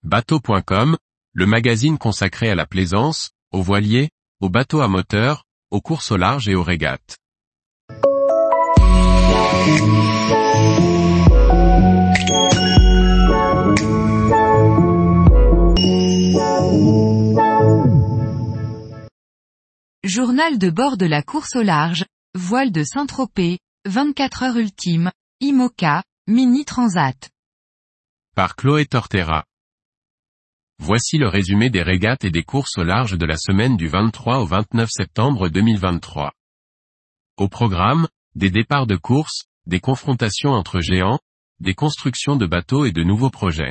Bateau.com, le magazine consacré à la plaisance, aux voiliers, aux bateaux à moteur, aux courses au large et aux régates. Journal de bord de la course au large, voile de Saint-Tropez, 24 heures ultime, IMOCA, Mini Transat. Par Chloé Tortera. Voici le résumé des régates et des courses au large de la semaine du 23 au 29 septembre 2023. Au programme, des départs de course, des confrontations entre géants, des constructions de bateaux et de nouveaux projets.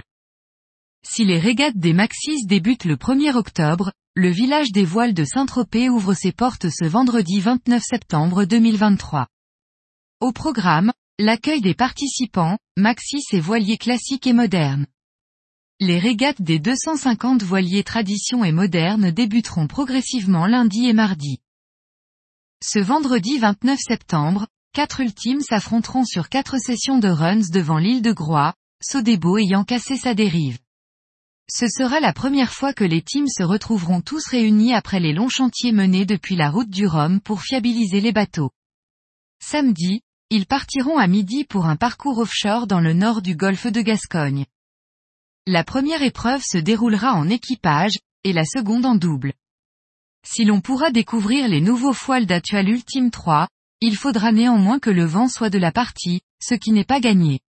Si les régates des Maxis débutent le 1er octobre, le village des voiles de Saint-Tropez ouvre ses portes ce vendredi 29 septembre 2023. Au programme, l'accueil des participants, Maxis et voiliers classiques et modernes. Les régates des 250 voiliers tradition et modernes débuteront progressivement lundi et mardi. Ce vendredi 29 septembre, 4 ultimes s'affronteront sur 4 sessions de runs devant l'île de Groix, Sodebo ayant cassé sa dérive. Ce sera la première fois que les teams se retrouveront tous réunis après les longs chantiers menés depuis la route du Rhum pour fiabiliser les bateaux. Samedi, ils partiront à midi pour un parcours offshore dans le nord du golfe de Gascogne. La première épreuve se déroulera en équipage, et la seconde en double. Si l'on pourra découvrir les nouveaux foils d'Atual Ultime 3, il faudra néanmoins que le vent soit de la partie, ce qui n'est pas gagné.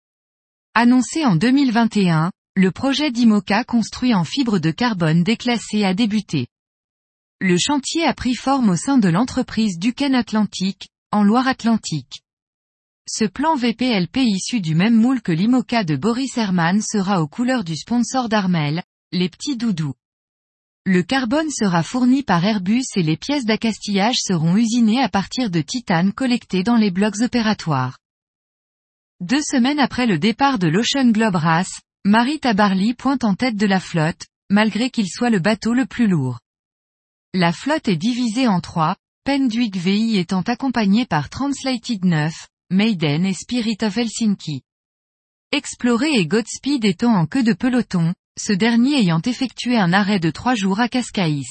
Annoncé en 2021, le projet d'IMOCA construit en fibre de carbone déclassée a débuté. Le chantier a pris forme au sein de l'entreprise Duquesne Atlantique, en Loire-Atlantique. Ce plan VPLP issu du même moule que l'IMOCA de Boris Herman sera aux couleurs du sponsor d'Armel, les petits doudous. Le carbone sera fourni par Airbus et les pièces d'accastillage seront usinées à partir de titane collecté dans les blocs opératoires. 2 semaines après le départ de l'Ocean Globe Race, Marie Tabarly pointe en tête de la flotte, malgré qu'il soit le bateau le plus lourd. La flotte est divisée en 3, Penduik VI étant accompagné par Translated 9, Maiden et Spirit of Helsinki. Explorer et Godspeed étant en queue de peloton, ce dernier ayant effectué un arrêt de 3 jours à Cascais.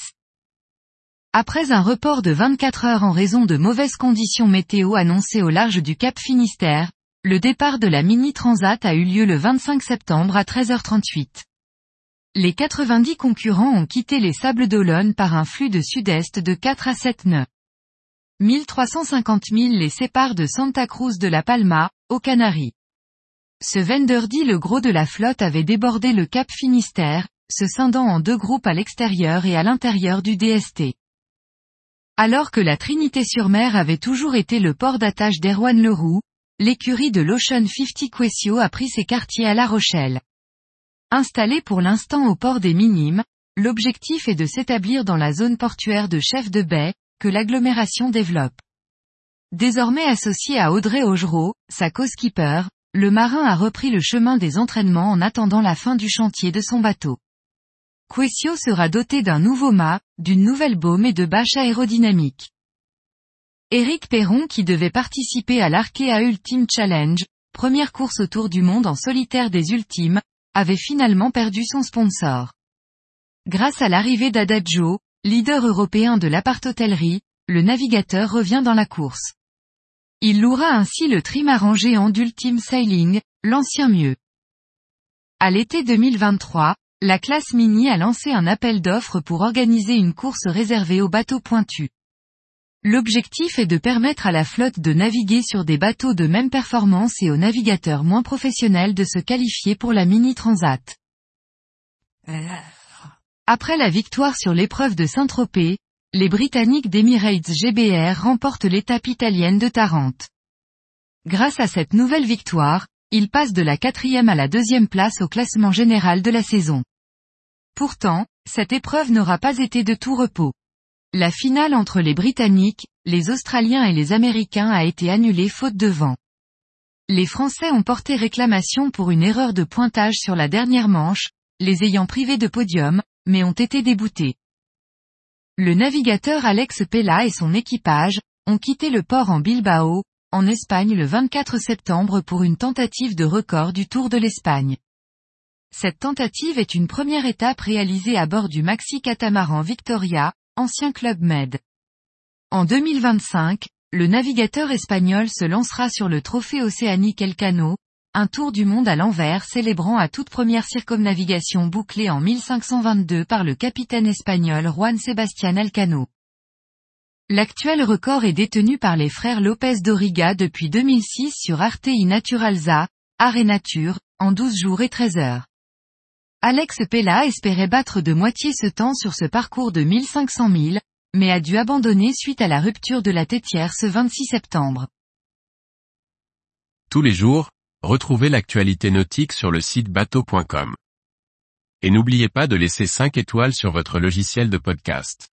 Après un report de 24 heures en raison de mauvaises conditions météo annoncées au large du Cap Finistère, le départ de la Mini Transat a eu lieu le 25 septembre à 13h38. Les 90 concurrents ont quitté les Sables d'Olonne par un flux de sud-est de 4 à 7 nœuds. 1350 milles les séparent de Santa Cruz de la Palma, aux Canaries. Ce vendredi le gros de la flotte avait débordé le Cap Finistère, se scindant en 2 groupes à l'extérieur et à l'intérieur du DST. Alors que la Trinité-sur-Mer avait toujours été le port d'attache d'Erwan Leroux, l'écurie de l'Ocean 50 Quaesio a pris ses quartiers à La Rochelle. Installée pour l'instant au port des Minimes, l'objectif est de s'établir dans la zone portuaire de Chef de Baie, que l'agglomération développe. Désormais associé à Audrey Augereau, sa co-skipper, le marin a repris le chemin des entraînements en attendant la fin du chantier de son bateau. Quaesio sera doté d'un nouveau mât, d'une nouvelle baume et de bâches aérodynamiques. Éric Perron qui devait participer à l'Arkea Ultime Challenge, première course autour du monde en solitaire des Ultimes, avait finalement perdu son sponsor. Grâce à l'arrivée d'Adagio, leader européen de l'appart-hôtellerie, le navigateur revient dans la course. Il louera ainsi le trimaran géant d'Ultime Sailing, l'ancien mieux. À l'été 2023, la classe Mini a lancé un appel d'offres pour organiser une course réservée aux bateaux pointus. L'objectif est de permettre à la flotte de naviguer sur des bateaux de même performance et aux navigateurs moins professionnels de se qualifier pour la Mini Transat. Après la victoire sur l'épreuve de Saint-Tropez, les Britanniques d'Emirates GBR remportent l'étape italienne de Tarente. Grâce à cette nouvelle victoire, ils passent de la 4e à la 2e place au classement général de la saison. Pourtant, cette épreuve n'aura pas été de tout repos. La finale entre les Britanniques, les Australiens et les Américains a été annulée faute de vent. Les Français ont porté réclamation pour une erreur de pointage sur la dernière manche, les ayant privés de podium, mais ont été déboutés. Le navigateur Alex Pella et son équipage ont quitté le port en Bilbao, en Espagne le 24 septembre pour une tentative de record du Tour de l'Espagne. Cette tentative est une première étape réalisée à bord du maxi catamaran Victoria, ancien Club Med. En 2025, le navigateur espagnol se lancera sur le trophée océanique Elcano, un tour du monde à l'envers célébrant à toute première circumnavigation bouclée en 1522 par le capitaine espagnol Juan Sebastián Elcano. L'actuel record est détenu par les frères López Dóriga depuis 2006 sur Arte y Naturaleza, Art et Nature, en 12 jours et 13 heures. Alex Pella espérait battre de moitié ce temps sur ce parcours de 1500 milles, mais a dû abandonner suite à la rupture de la tétière ce 26 septembre. Tous les jours, retrouvez l'actualité nautique sur le site bateau.com. Et n'oubliez pas de laisser 5 étoiles sur votre logiciel de podcast.